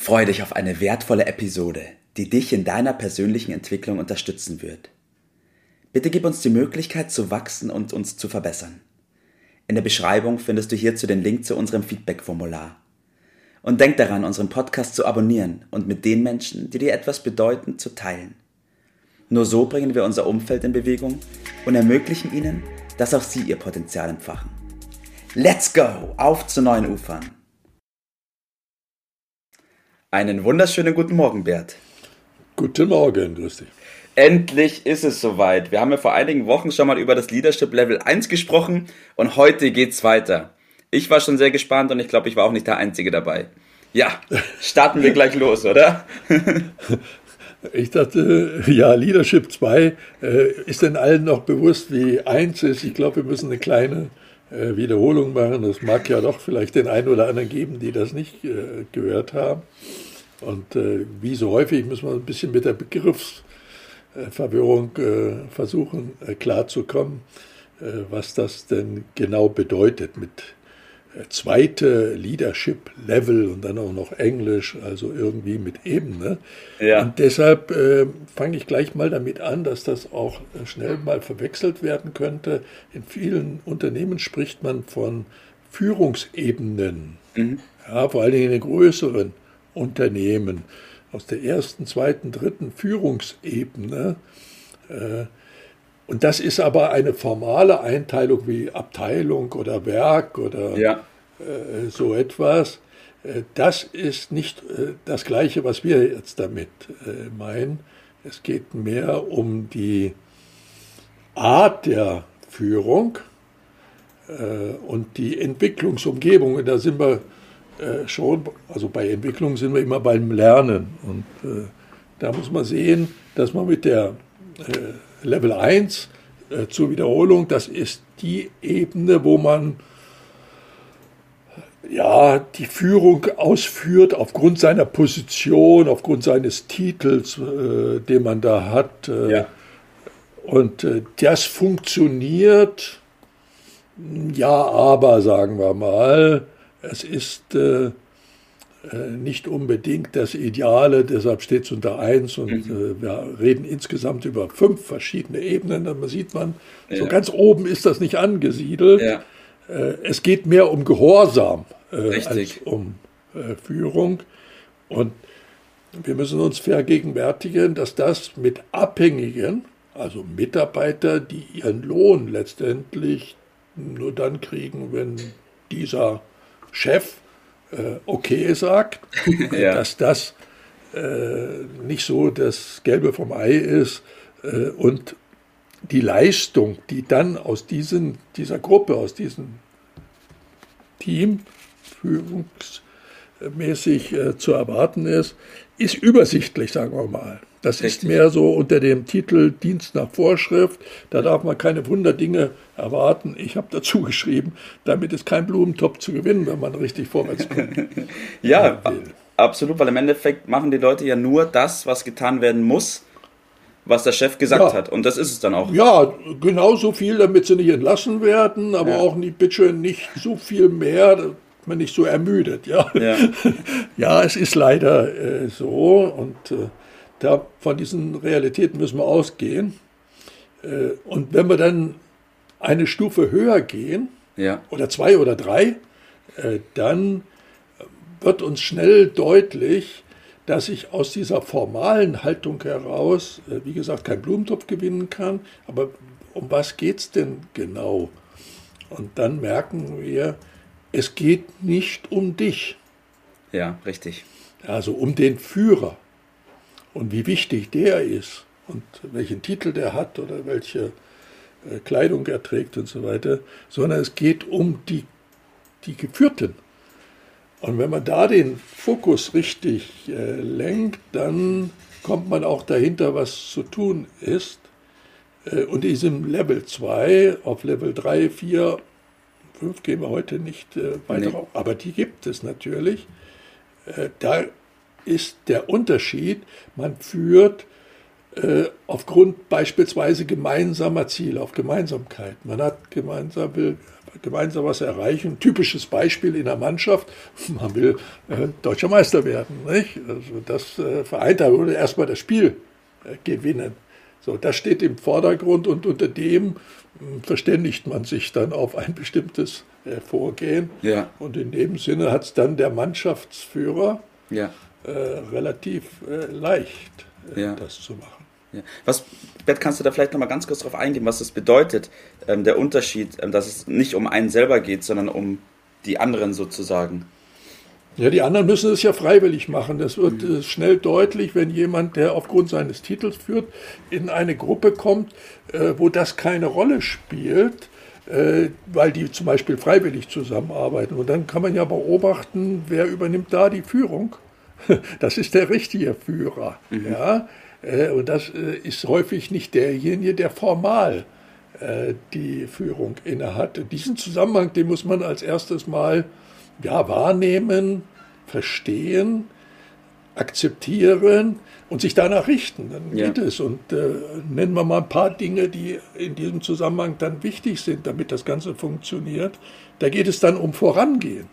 Freue dich auf eine wertvolle Episode, die dich in deiner persönlichen Entwicklung unterstützen wird. Bitte gib uns die Möglichkeit zu wachsen und uns zu verbessern. In der Beschreibung findest du hierzu den Link zu unserem Feedback-Formular. Und denk daran, unseren Podcast zu abonnieren und mit den Menschen, die dir etwas bedeuten, zu teilen. Nur so bringen wir unser Umfeld in Bewegung und ermöglichen ihnen, dass auch sie ihr Potenzial entfachen. Let's go! Auf zu neuen Ufern! Einen wunderschönen guten Morgen, Bert. Guten Morgen, grüß dich. Endlich ist es soweit. Wir haben ja vor einigen Wochen schon mal über das Leadership Level 1 gesprochen und heute geht's weiter. Ich war schon sehr gespannt und ich glaube, ich war auch nicht der Einzige dabei. Ja, starten wir gleich los, oder? Ich dachte, ja, Leadership 2 ist denn allen noch bewusst, wie 1 ist. Ich glaube, wir müssen eine kleine Wiederholung machen. Es mag ja doch vielleicht den einen oder anderen geben, die das nicht gehört haben. Und wie so häufig müssen wir ein bisschen mit der Begriffsverwirrung versuchen klarzukommen, was das denn genau bedeutet mit zweite Leadership Level und dann auch noch Englisch, also irgendwie mit Ebene. Ja. Und deshalb fange ich gleich mal damit an, dass das auch schnell mal verwechselt werden könnte. In vielen Unternehmen spricht man von Führungsebenen, ja, vor allen Dingen in den größeren Unternehmen, aus der ersten, zweiten, dritten Führungsebene. Und das ist aber eine formale Einteilung wie Abteilung oder Werk oder so etwas. Das ist nicht das Gleiche, was wir jetzt damit meinen. Es geht mehr um die Art der Führung und die Entwicklungsumgebung. Und da sind wir schon, also bei Entwicklung sind wir immer beim Lernen. Und da muss man sehen, dass man mit der Level 1 zur Wiederholung, das ist die Ebene, wo man ja die Führung ausführt aufgrund seiner Position, aufgrund seines Titels, den man da hat. Und das funktioniert, ja, aber sagen wir mal, es ist nicht unbedingt das Ideale, deshalb steht es unter 1 und wir reden insgesamt über 5 verschiedene Ebenen. Da sieht man, so ganz oben ist das nicht angesiedelt. Ja. Es geht mehr um Gehorsam als um Führung. Und wir müssen uns vergegenwärtigen, dass das mit Abhängigen, also Mitarbeiter, die ihren Lohn letztendlich nur dann kriegen, wenn dieser Chef okay sagt, dass das nicht so das Gelbe vom Ei ist und die Leistung, die dann aus dieser Gruppe, aus diesem Team führungsmäßig zu erwarten ist übersichtlich, sagen wir mal. Das ist mehr so unter dem Titel Dienst nach Vorschrift. Da darf man keine Wunderdinge erwarten. Ich habe dazu geschrieben, damit ist kein Blumentopf zu gewinnen, wenn man richtig vorwärts kommt. Ja, absolut, weil im Endeffekt machen die Leute ja nur das, was getan werden muss, was der Chef gesagt hat. Und das ist es dann auch. Ja, genauso viel, damit sie nicht entlassen werden, aber auch nicht, bitte nicht so viel mehr, dass man nicht so ermüdet. Ja, es ist leider so und von diesen Realitäten müssen wir ausgehen. Und wenn wir dann eine Stufe höher gehen, oder 2 oder 3, dann wird uns schnell deutlich, dass ich aus dieser formalen Haltung heraus, wie gesagt, keinen Blumentopf gewinnen kann. Aber um was geht es denn genau? Und dann merken wir, es geht nicht um dich. Ja, richtig. Also um den Führer. Und wie wichtig der ist und welchen Titel der hat oder welche Kleidung er trägt und so weiter, sondern es geht um die Geführten. Und wenn man da den Fokus richtig lenkt, dann kommt man auch dahinter, was zu tun ist. Und in diesem Level 2, auf Level 3, 4, 5 gehen wir heute nicht weiter auf, aber die gibt es natürlich. Da ist der Unterschied, man führt aufgrund beispielsweise gemeinsamer Ziele, auf Gemeinsamkeit. Man will gemeinsam was erreichen. Typisches Beispiel in der Mannschaft, man will deutscher Meister werden. Nicht? Also das vereint oder erstmal das Spiel gewinnen. So, das steht im Vordergrund und unter dem verständigt man sich dann auf ein bestimmtes Vorgehen. Ja. Und in dem Sinne hat es dann der Mannschaftsführer relativ leicht, das zu machen. Ja. Bert, kannst du da vielleicht nochmal ganz kurz drauf eingehen, was das bedeutet, der Unterschied, dass es nicht um einen selber geht, sondern um die anderen sozusagen? Ja, die anderen müssen es ja freiwillig machen. Das wird schnell deutlich, wenn jemand, der aufgrund seines Titels führt, in eine Gruppe kommt, wo das keine Rolle spielt, weil die zum Beispiel freiwillig zusammenarbeiten. Und dann kann man ja beobachten, wer übernimmt da die Führung. Das ist der richtige Führer. Ja? Und das ist häufig nicht derjenige, der formal die Führung innehat. Diesen Zusammenhang, den muss man als erstes mal wahrnehmen, verstehen, akzeptieren und sich danach richten. Dann geht es. Und nennen wir mal ein paar Dinge, die in diesem Zusammenhang dann wichtig sind, damit das Ganze funktioniert. Da geht es dann um Vorangehen.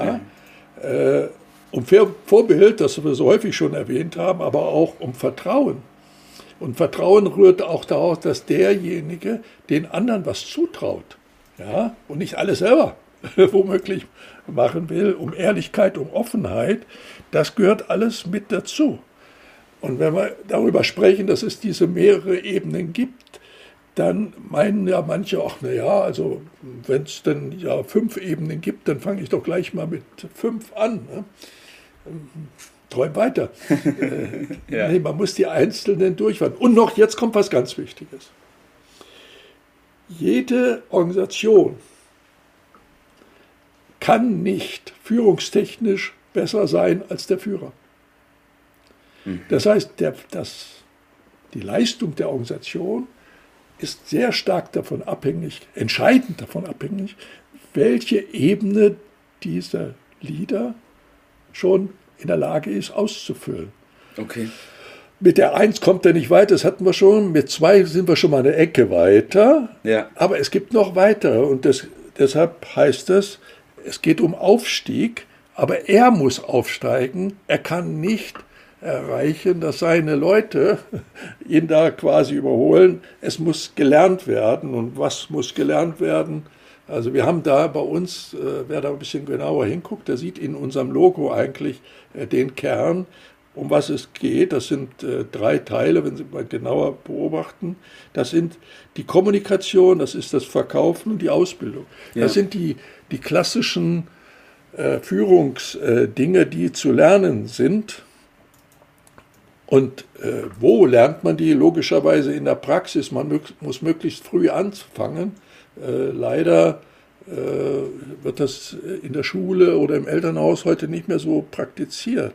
Um Vorbild, das wir so häufig schon erwähnt haben, aber auch um Vertrauen. Und Vertrauen rührt auch daraus, dass derjenige den anderen was zutraut, und nicht alles selber womöglich machen will, um Ehrlichkeit, um Offenheit, das gehört alles mit dazu. Und wenn wir darüber sprechen, dass es diese mehrere Ebenen gibt, dann meinen ja manche auch, also wenn es dann 5 Ebenen gibt, dann fange ich doch gleich mal mit 5 an. Ne? Träum weiter. Nee, man muss die Einzelnen durchfahren. Und noch, jetzt kommt was ganz Wichtiges. Jede Organisation kann nicht führungstechnisch besser sein als der Führer. Das heißt, die Leistung der Organisation ist sehr stark davon abhängig, entscheidend davon abhängig, welche Ebene dieser Leader schon in der Lage ist, auszufüllen. Okay. Mit der 1 kommt er nicht weiter, das hatten wir schon. Mit 2 sind wir schon mal eine Ecke weiter. Ja. Aber es gibt noch weitere. Und deshalb heißt es geht um Aufstieg, aber er muss aufsteigen. Er kann nicht erreichen, dass seine Leute ihn da quasi überholen. Es muss gelernt werden. Und was muss gelernt werden? Also wir haben da bei uns, wer da ein bisschen genauer hinguckt, der sieht in unserem Logo eigentlich den Kern, um was es geht. Das sind 3 Teile, wenn Sie mal genauer beobachten. Das sind die Kommunikation, das ist das Verkaufen und die Ausbildung. Ja. Das sind die klassischen Führungsdinge, die zu lernen sind. Und wo lernt man die? Logischerweise in der Praxis. Man muss möglichst früh anfangen. Leider wird das in der Schule oder im Elternhaus heute nicht mehr so praktiziert.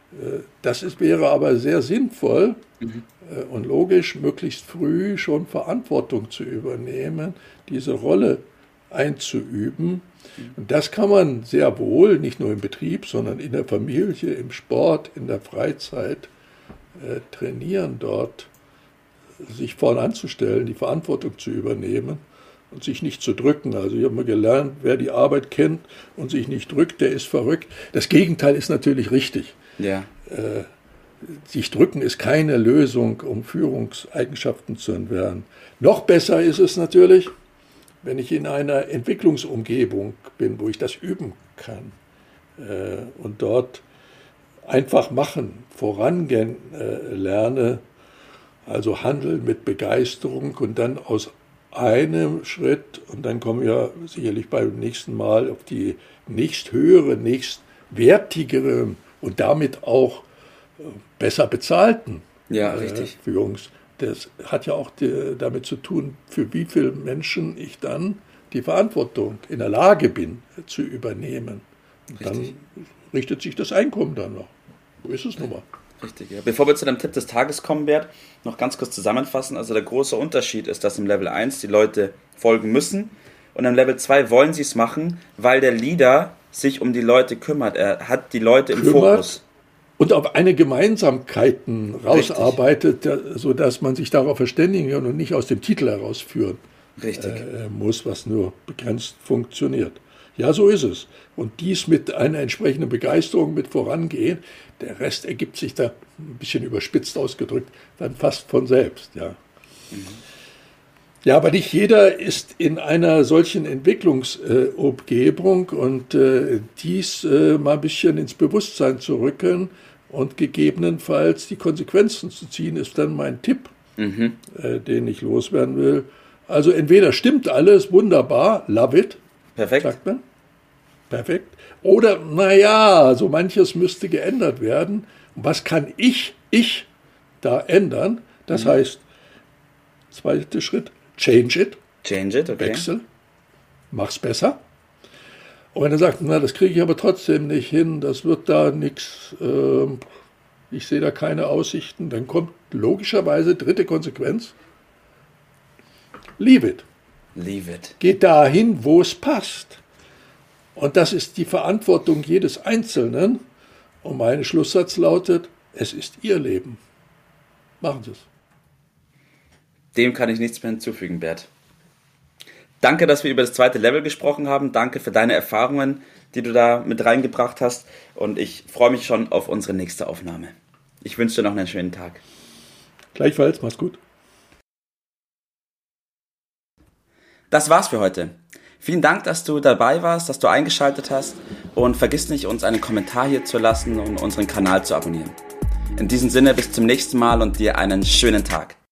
Wäre aber sehr sinnvoll und logisch, möglichst früh schon Verantwortung zu übernehmen, diese Rolle einzuüben. Und das kann man sehr wohl, nicht nur im Betrieb, sondern in der Familie, im Sport, in der Freizeit trainieren, dort sich vorn anzustellen, die Verantwortung zu übernehmen und sich nicht zu drücken. Also ich habe mal gelernt, wer die Arbeit kennt und sich nicht drückt, der ist verrückt. Das Gegenteil ist natürlich richtig. Ja. Sich drücken ist keine Lösung, um Führungseigenschaften zu entwickeln. Noch besser ist es natürlich, wenn ich in einer Entwicklungsumgebung bin, wo ich das üben kann und dort einfach machen, vorangehen lerne, also handeln mit Begeisterung und dann aus einem Schritt, und dann kommen wir sicherlich beim nächsten Mal auf die nächsthöhere, nächstwertigere und damit auch besser bezahlten Führungs. Das hat ja auch damit zu tun, für wie viele Menschen ich dann die Verantwortung in der Lage bin zu übernehmen. Und dann richtet sich das Einkommen dann noch. So ist es nun mal. Richtig, ja. Bevor wir zu dem Tipp des Tages kommen, Bert, noch ganz kurz zusammenfassen. Also der große Unterschied ist, dass im Level 1 die Leute folgen müssen und im Level 2 wollen sie es machen, weil der Leader sich um die Leute kümmert. Er hat die Leute im Fokus. und auf eine Gemeinsamkeiten rausarbeitet, sodass man sich darauf verständigen kann und nicht aus dem Titel herausführen muss, was nur begrenzt funktioniert. Ja, so ist es. Und dies mit einer entsprechenden Begeisterung mit vorangehen. Der Rest ergibt sich da, ein bisschen überspitzt ausgedrückt, dann fast von selbst. Ja, ja, aber nicht jeder ist in einer solchen Entwicklungsumgebung und dies mal ein bisschen ins Bewusstsein zu rücken und gegebenenfalls die Konsequenzen zu ziehen, ist dann mein Tipp, den ich loswerden will. Also entweder stimmt alles, wunderbar, love it, Perfekt. sagt man. Perfekt. Oder, naja, so manches müsste geändert werden. Und was kann ich da ändern? Das heißt, zweiter Schritt, change it. Change it, okay. Wechsel. Mach's besser. Und wenn er sagt, na, das kriege ich aber trotzdem nicht hin, das wird da nichts, ich sehe da keine Aussichten, dann kommt logischerweise dritte Konsequenz. Leave it. Leave it. Geht dahin, wo es passt. Und das ist die Verantwortung jedes Einzelnen. Und mein Schlusssatz lautet, es ist Ihr Leben. Machen Sie es. Dem kann ich nichts mehr hinzufügen, Bert. Danke, dass wir über das zweite Level gesprochen haben. Danke für deine Erfahrungen, die du da mit reingebracht hast. Und ich freue mich schon auf unsere nächste Aufnahme. Ich wünsche dir noch einen schönen Tag. Gleichfalls, mach's gut. Das war's für heute. Vielen Dank, dass du dabei warst, dass du eingeschaltet hast und vergiss nicht, uns einen Kommentar hier zu lassen und unseren Kanal zu abonnieren. In diesem Sinne, bis zum nächsten Mal und dir einen schönen Tag.